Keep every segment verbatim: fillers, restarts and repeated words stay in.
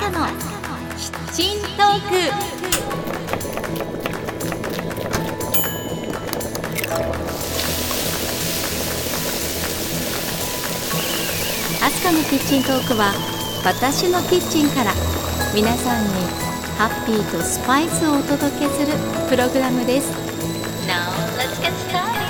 カのキッチントーク。アスカのキッチントークは私のキッチンから皆さんにハッピーとスパイスをお届けするプログラムです。 Now let's get started。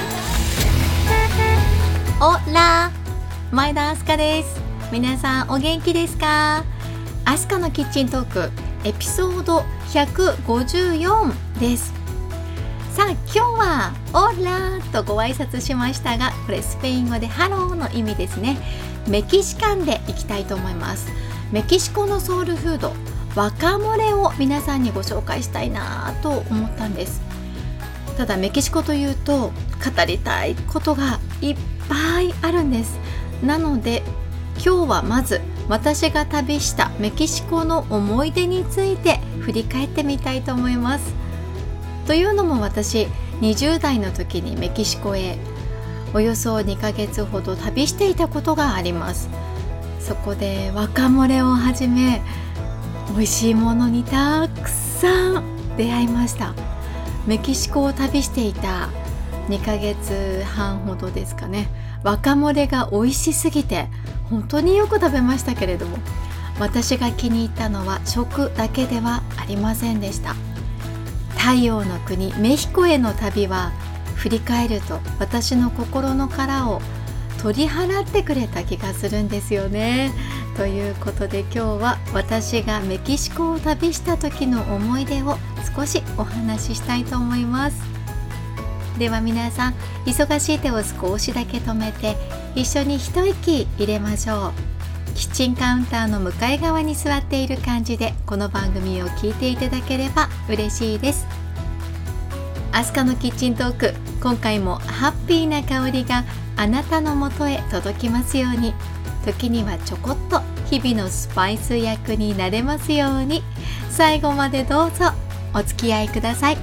オラ前田アスカです。皆さんお元気ですか？アスカのキッチントークエピソードひゃくごじゅうよんです。さあ今日はオラとご挨拶しましたが、これスペイン語でハローの意味ですね。メキシカンでいきたいと思います。メキシコのソウルフードワカモレを皆さんにご紹介したいなと思ったんです。ただメキシコというと語りたいことがいっぱいあるんです。なので今日はまず私が旅したメキシコの思い出について振り返ってみたいと思います。というのも私にじゅう代の時にメキシコへおよそにかげつほど旅していたことがあります。そこでワカモレをはじめ美味しいものにたくさん出会いました。メキシコを旅していたにかげつはんほどですかね。ワカモレが美味しすぎて本当によく食べましたけれども、私が気に入ったのは食だけではありませんでした。太陽の国メヒコへの旅は振り返ると私の心の殻を取り払ってくれた気がするんですよね。ということで今日は私がメキシコを旅した時の思い出を少しお話ししたいと思います。では皆さん忙しい手を少しだけ止めて一緒に一息入れましょう。キッチンカウンターの向かい側に座っている感じでこの番組を聞いていただければ嬉しいです。アスカのキッチントーク、今回もハッピーな香りがあなたのもとへ届きますように、時にはちょこっと日々のスパイス役になれますように、最後までどうぞお付き合いください。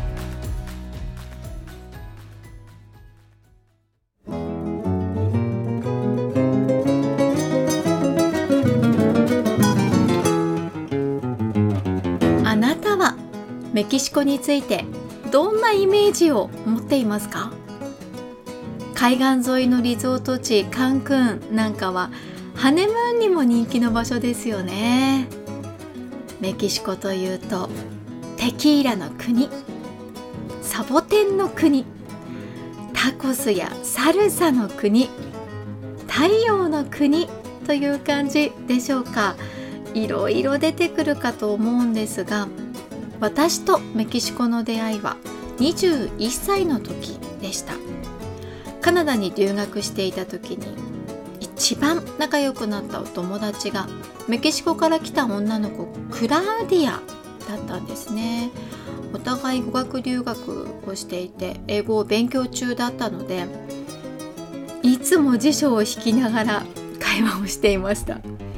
あなたはメキシコについてどんなイメージを持っていますか？海岸沿いのリゾート地カンクンなんかはハネムーンにも人気の場所ですよね。メキシコというとテキーラの国、サボテンの国、タコスやサルサの国、太陽の国という感じでしょうか。いろいろ出てくるかと思うんですが、私とメキシコの出会いはにじゅういっさいの時でした。カナダに留学していた時に一番仲良くなったお友達がメキシコから来た女の子クラウディアだったんですね。お互い語学留学をしていて英語を勉強中だったので、いつも辞書を引きながら会話をしていました。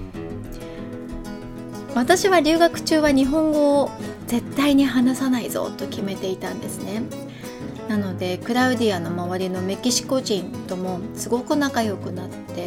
私は留学中は日本語を絶対に話さないぞと決めていたんですね。なのでクラウディアの周りのメキシコ人ともすごく仲良くなって、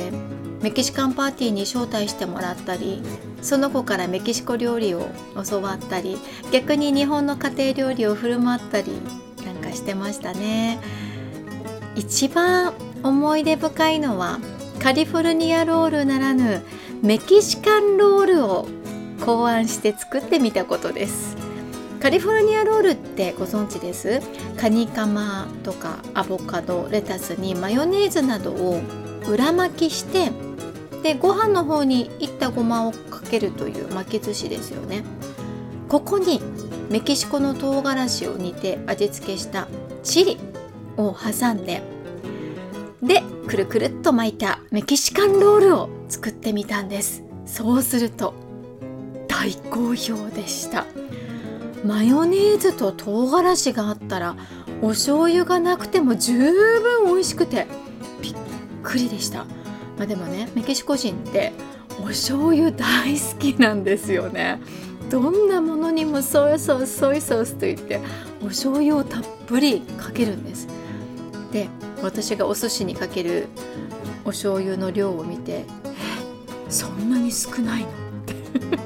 メキシカンパーティーに招待してもらったり、その子からメキシコ料理を教わったり、逆に日本の家庭料理を振る舞ったりなんかしてましたね。一番思い出深いのはカリフォルニアロールならぬメキシカンロールを考案して作ってみたことです。カリフォルニアロールってご存知です？カニカマとかアボカド、レタスにマヨネーズなどを裏巻きして、でご飯の方にいったごまをかけるという巻き寿司ですよね。ここにメキシコの唐辛子を煮て味付けしたチリを挟んで、でくるくるっと巻いたメキシカンロールを作ってみたんです。そうすると大好評でした。マヨネーズと唐辛子があったらお醤油がなくても十分美味しくてびっくりでした。まあ、でもね、メキシコ人ってお醤油大好きなんですよね。どんなものにもソイソースソイソースと言ってお醤油をたっぷりかけるんです。で、私がお寿司にかけるお醤油の量を見て、え、そんなに少ないのって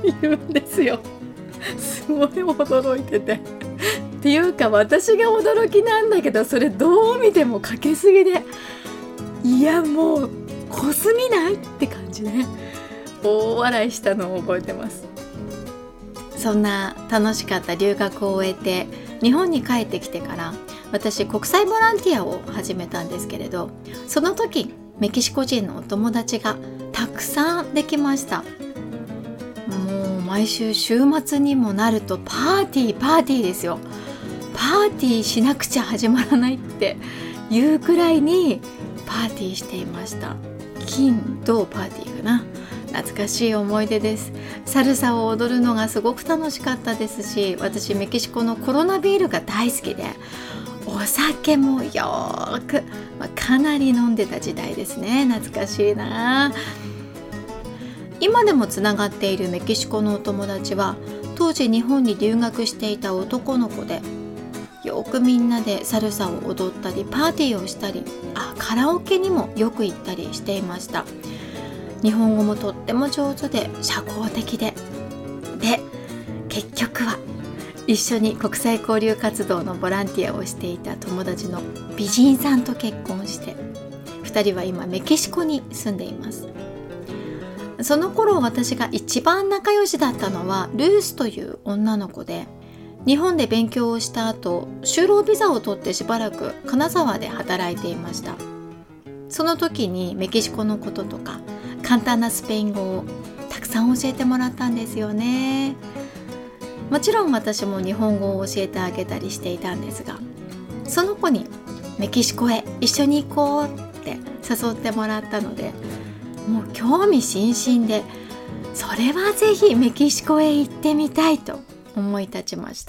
言うんですよ。すごい驚いててっていうか私が驚きなんだけど、それどう見てもかけすぎで、いやもう濃すぎないって感じね。大笑いしたのを覚えてます。そんな楽しかった留学を終えて日本に帰ってきてから、私国際ボランティアを始めたんですけれど、その時メキシコ人のお友達がたくさんできました。もう毎週週末にもなるとパーティーパーティーですよ。パーティーしなくちゃ始まらないっていうくらいにパーティーしていました。金土パーティーかな。懐かしい思い出です。サルサを踊るのがすごく楽しかったですし、私メキシコのコロナビールが大好きで、お酒もよーく、まあ、かなり飲んでた時代ですね。懐かしいな。今でもつながっているメキシコのお友達は当時日本に留学していた男の子で、よくみんなでサルサを踊ったりパーティーをしたり、あカラオケにもよく行ったりしていました。日本語もとっても上手で社交的で、で結局は一緒に国際交流活動のボランティアをしていた友達の美人さんと結婚して、ふたりは今メキシコに住んでいます。その頃私が一番仲良しだったのはルースという女の子で、日本で勉強をした後就労ビザを取ってしばらく金沢で働いていました。その時にメキシコのこととか簡単なスペイン語をたくさん教えてもらったんですよね。もちろん私も日本語を教えてあげたりしていたんですが、その子にメキシコへ一緒に行こうって誘ってもらったので、もう興味津々で、それはぜひメキシコへ行ってみたいと思い立ちました。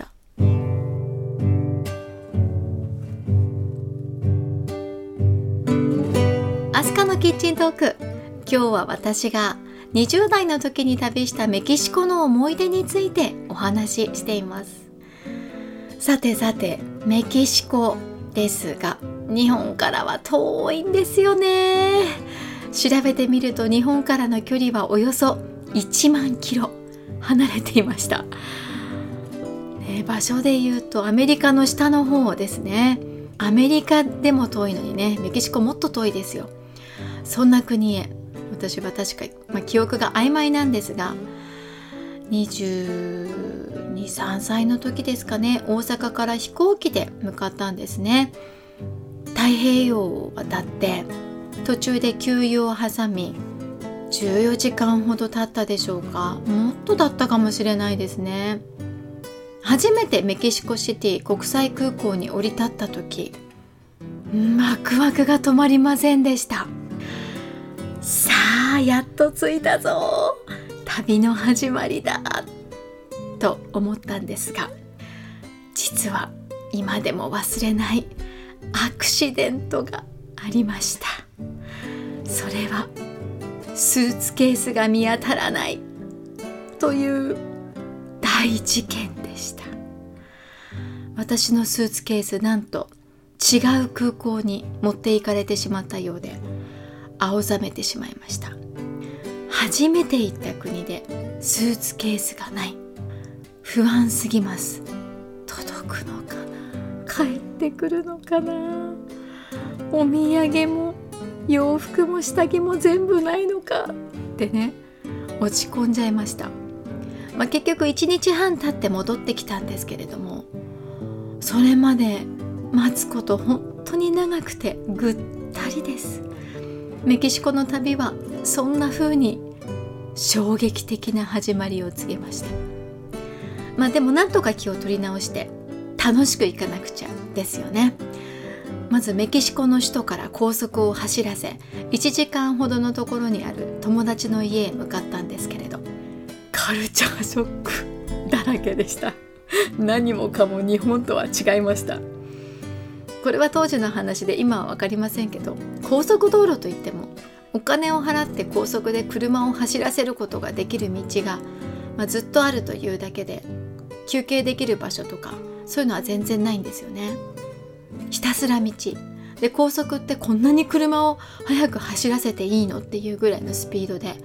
アスカのキッチントーク、今日は私がにじゅう代の時に旅したメキシコの思い出についてお話ししています。さてさて、メキシコですが、日本からは遠いんですよね。調べてみると日本からの距離はおよそいちまんキロ離れていました、ね、場所で言うとアメリカの下の方ですね。アメリカでも遠いのにね、メキシコもっと遠いですよ。そんな国へ私は確か、まあ、記憶が曖昧なんですが、にじゅうに、さんさいの時ですかね、大阪から飛行機で向かったんですね。太平洋を渡って途中で給油を挟み、じゅうよじかんほど経ったでしょうか、もっとだったかもしれないですね。初めてメキシコシティ国際空港に降り立った時、ワクワクが止まりませんでした。さあやっと着いたぞ、旅の始まりだと思ったんですが、実は今でも忘れないアクシデントがありました。それはスーツケースが見当たらないという大事件でした。私のスーツケース、なんと違う空港に持っていかれてしまったようで、青ざめてしまいました。初めて行った国でスーツケースがない。不安すぎます。届くのかな、帰ってくるのかな、お土産も洋服も下着も全部ないのかってね、落ち込んじゃいました。まあ、結局いちにちはん経って戻ってきたんですけれども、それまで待つこと本当に長くてぐったりです。メキシコの旅はそんな風に衝撃的な始まりを告げました。まあでもなんとか気を取り直して楽しく行かなくちゃですよね。まずメキシコの首都から高速を走らせ、いちじかんほどのところにある友達の家へ向かったんですけれど、カルチャーショックだらけでした。何もかも日本とは違いました。これは当時の話で今は分かりませんけど、高速道路といってもお金を払って高速で車を走らせることができる道が、まあ、ずっとあるというだけで、休憩できる場所とかそういうのは全然ないんですよね。ひたすら道で、高速ってこんなに車を速く走らせていいのっていうぐらいのスピードで、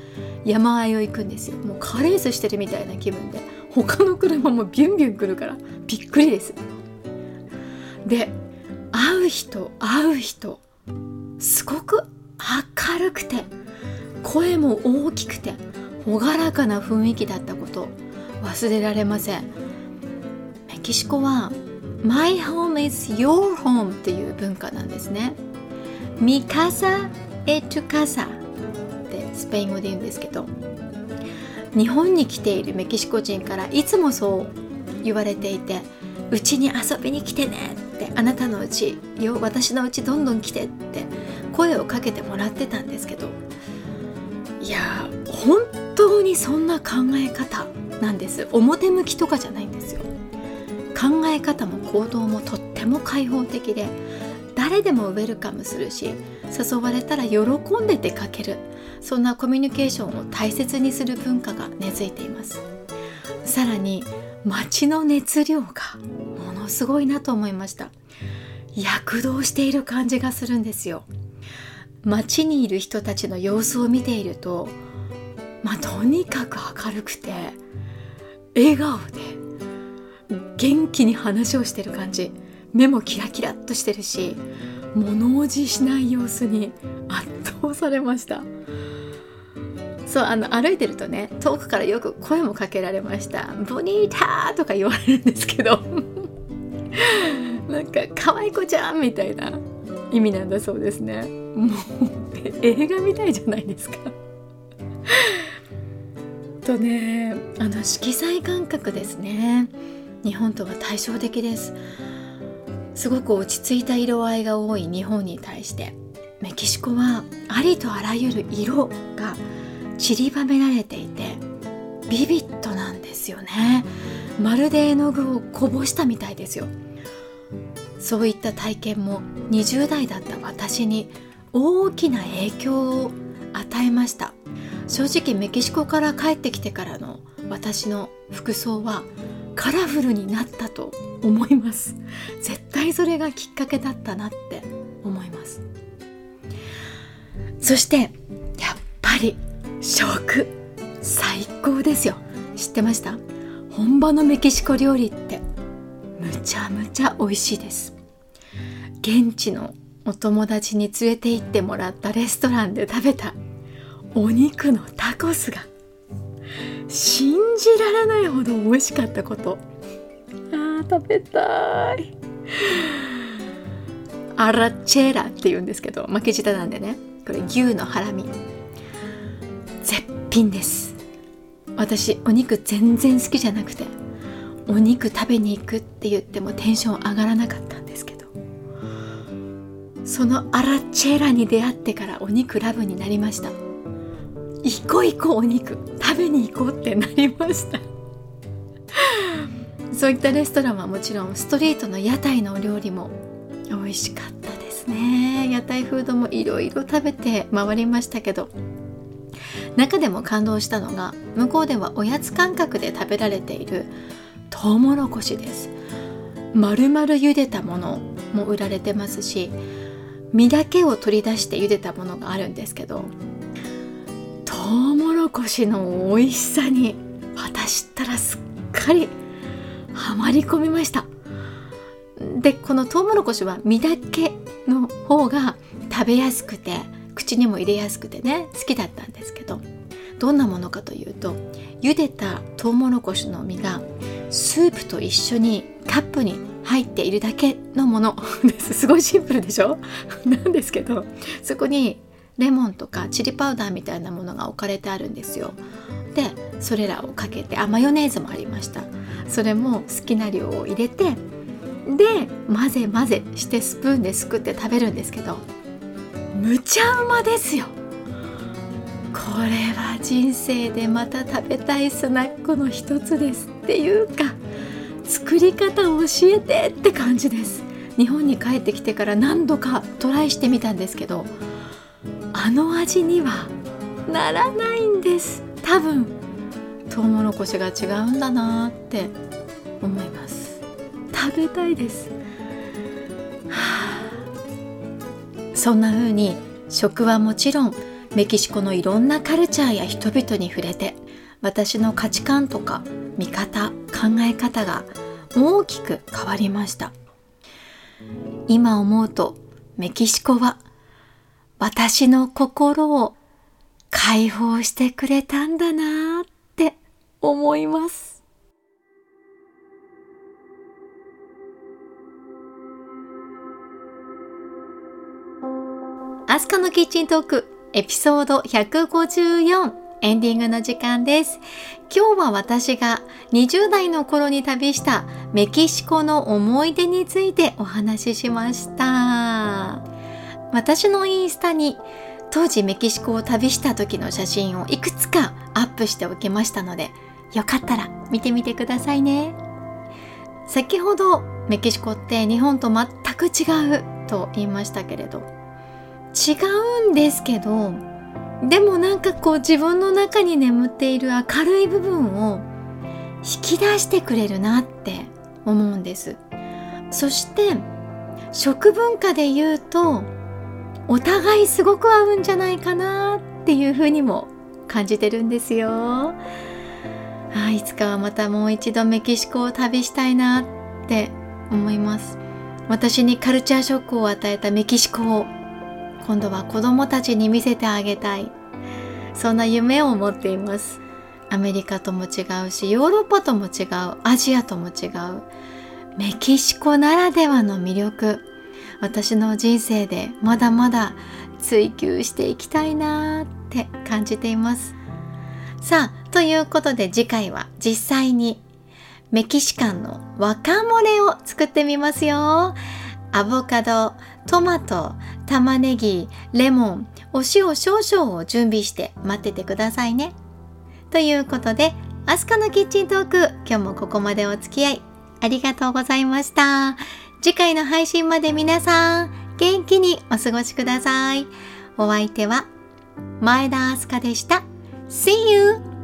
山あいを行くんですよ。もうカーレースしてるみたいな気分で、他の車もビュンビュン来るからびっくりです。で、会う人会う人すごく明るくて、声も大きくて朗らかな雰囲気だったこと忘れられません。メキシコは My home is your home っていう文化なんですね。Mi casa es tu casa ってスペイン語で言うんですけど、日本に来ているメキシコ人からいつもそう言われていて、うちに遊びに来てねって、あなたのうちよ、私のうちどんどん来てって声をかけてもらってたんですけど、いや本当にそんな考え方なんです。表向きとかじゃないんですよ。考え方も行動もとっても開放的で、誰でもウェルカムするし、誘われたら喜んで出かける、そんなコミュニケーションを大切にする文化が根付いています。さらに街の熱量がものすごいなと思いました。躍動している感じがするんですよ。街にいる人たちの様子を見ていると、まあ、とにかく明るくて笑顔で元気に話をしてる感じ、目もキラキラっとしてるし、物おじしない様子に圧倒されました。そう、あの歩いてるとね、遠くからよく声もかけられました。ボニーターとか言われるんですけどなんか可愛い子ちゃんみたいな意味なんだそうですね。もう映画みたいじゃないですかとね、あの色彩感覚ですね。日本とは対照的です。すごく落ち着いた色合いが多い日本に対して、メキシコはありとあらゆる色が散りばめられていてビビッドなんですよね。まるで絵の具をこぼしたみたいですよ。そういった体験もにじゅう代だった私に大きな影響を与えました。正直メキシコから帰ってきてからの私の服装はカラフルになったと思います。絶対それがきっかけだったなって思います。そしてやっぱり食最高ですよ。知ってました？本場のメキシコ料理ってむちゃむちゃ美味しいです。現地のお友達に連れて行ってもらったレストランで食べたお肉のタコスが信じられないほど美味しかったこと。あー食べたい。アラチェラって言うんですけど、巻き舌なんでね、これ牛のハラミ絶品です。私お肉全然好きじゃなくて、お肉食べに行くって言ってもテンション上がらなかったんですけど、そのアラチェラに出会ってからお肉ラブになりました。行こう行こう、お肉食べに行こうってなりましたそういったレストランはもちろん、ストリートの屋台のお料理も美味しかったですね。屋台フードもいろいろ食べて回りましたけど、中でも感動したのが、向こうではおやつ感覚で食べられているトウモロコシです。丸々茹でたものも売られてますし、実だけを取り出して茹でたものがあるんですけど、トウモロコシの美味しさに私ったらすっかりハマり込みました。で、このトウモロコシは実だけの方が食べやすくて口にも入れやすくてね、好きだったんですけど、どんなものかというと、茹でたトウモロコシの実がスープと一緒にカップに入っているだけのものです。すごいシンプルでしょなんですけど、そこにレモンとかチリパウダーみたいなものが置かれてあるんですよ。で、それらをかけて、あ、マヨネーズもありました。それも好きな量を入れて、で混ぜ混ぜしてスプーンですくって食べるんですけど、むちゃうまですよ。これは人生でまた食べたいスナックの一つですっていうか、作り方を教えてって感じです。日本に帰ってきてから何度かトライしてみたんですけど、あの味にはならないんです。多分トウモロコシが違うんだなって思います。食べたいです、はあ、そんな風に食はもちろんメキシコのいろんなカルチャーや人々に触れて、私の価値観とか見方、考え方が大きく変わりました。今思うとメキシコは私の心を解放してくれたんだなって思います。アスカのキッチントークエピソードひゃくごじゅうよん、エンディングの時間です。今日は私がにじゅう代の頃に旅したメキシコの思い出についてお話ししました。私のインスタに当時メキシコを旅した時の写真をいくつかアップしておきましたので、よかったら見てみてくださいね。先ほどメキシコって日本と全く違うと言いましたけれど、違うんですけど、でもなんかこう自分の中に眠っている明るい部分を引き出してくれるなって思うんです。そして食文化で言うとお互いすごく合うんじゃないかなっていうふうにも感じてるんですよ。あ、いつかはまたもう一度メキシコを旅したいなって思います。私にカルチャーショックを与えたメキシコを今度は子供たちに見せてあげたい、そんな夢を持っています。アメリカとも違うし、ヨーロッパとも違う、アジアとも違うメキシコならではの魅力、私の人生でまだまだ追求していきたいなって感じています。さあ、ということで次回は実際にメキシカンのワカモレを作ってみますよ。アボカド、トマト、玉ねぎ、レモン、お塩少々を準備して待っててくださいね。ということで、アスカのキッチントーク、今日もここまでお付き合いありがとうございました。次回の配信まで皆さん元気にお過ごしください。お相手は前田明日香でした。See you!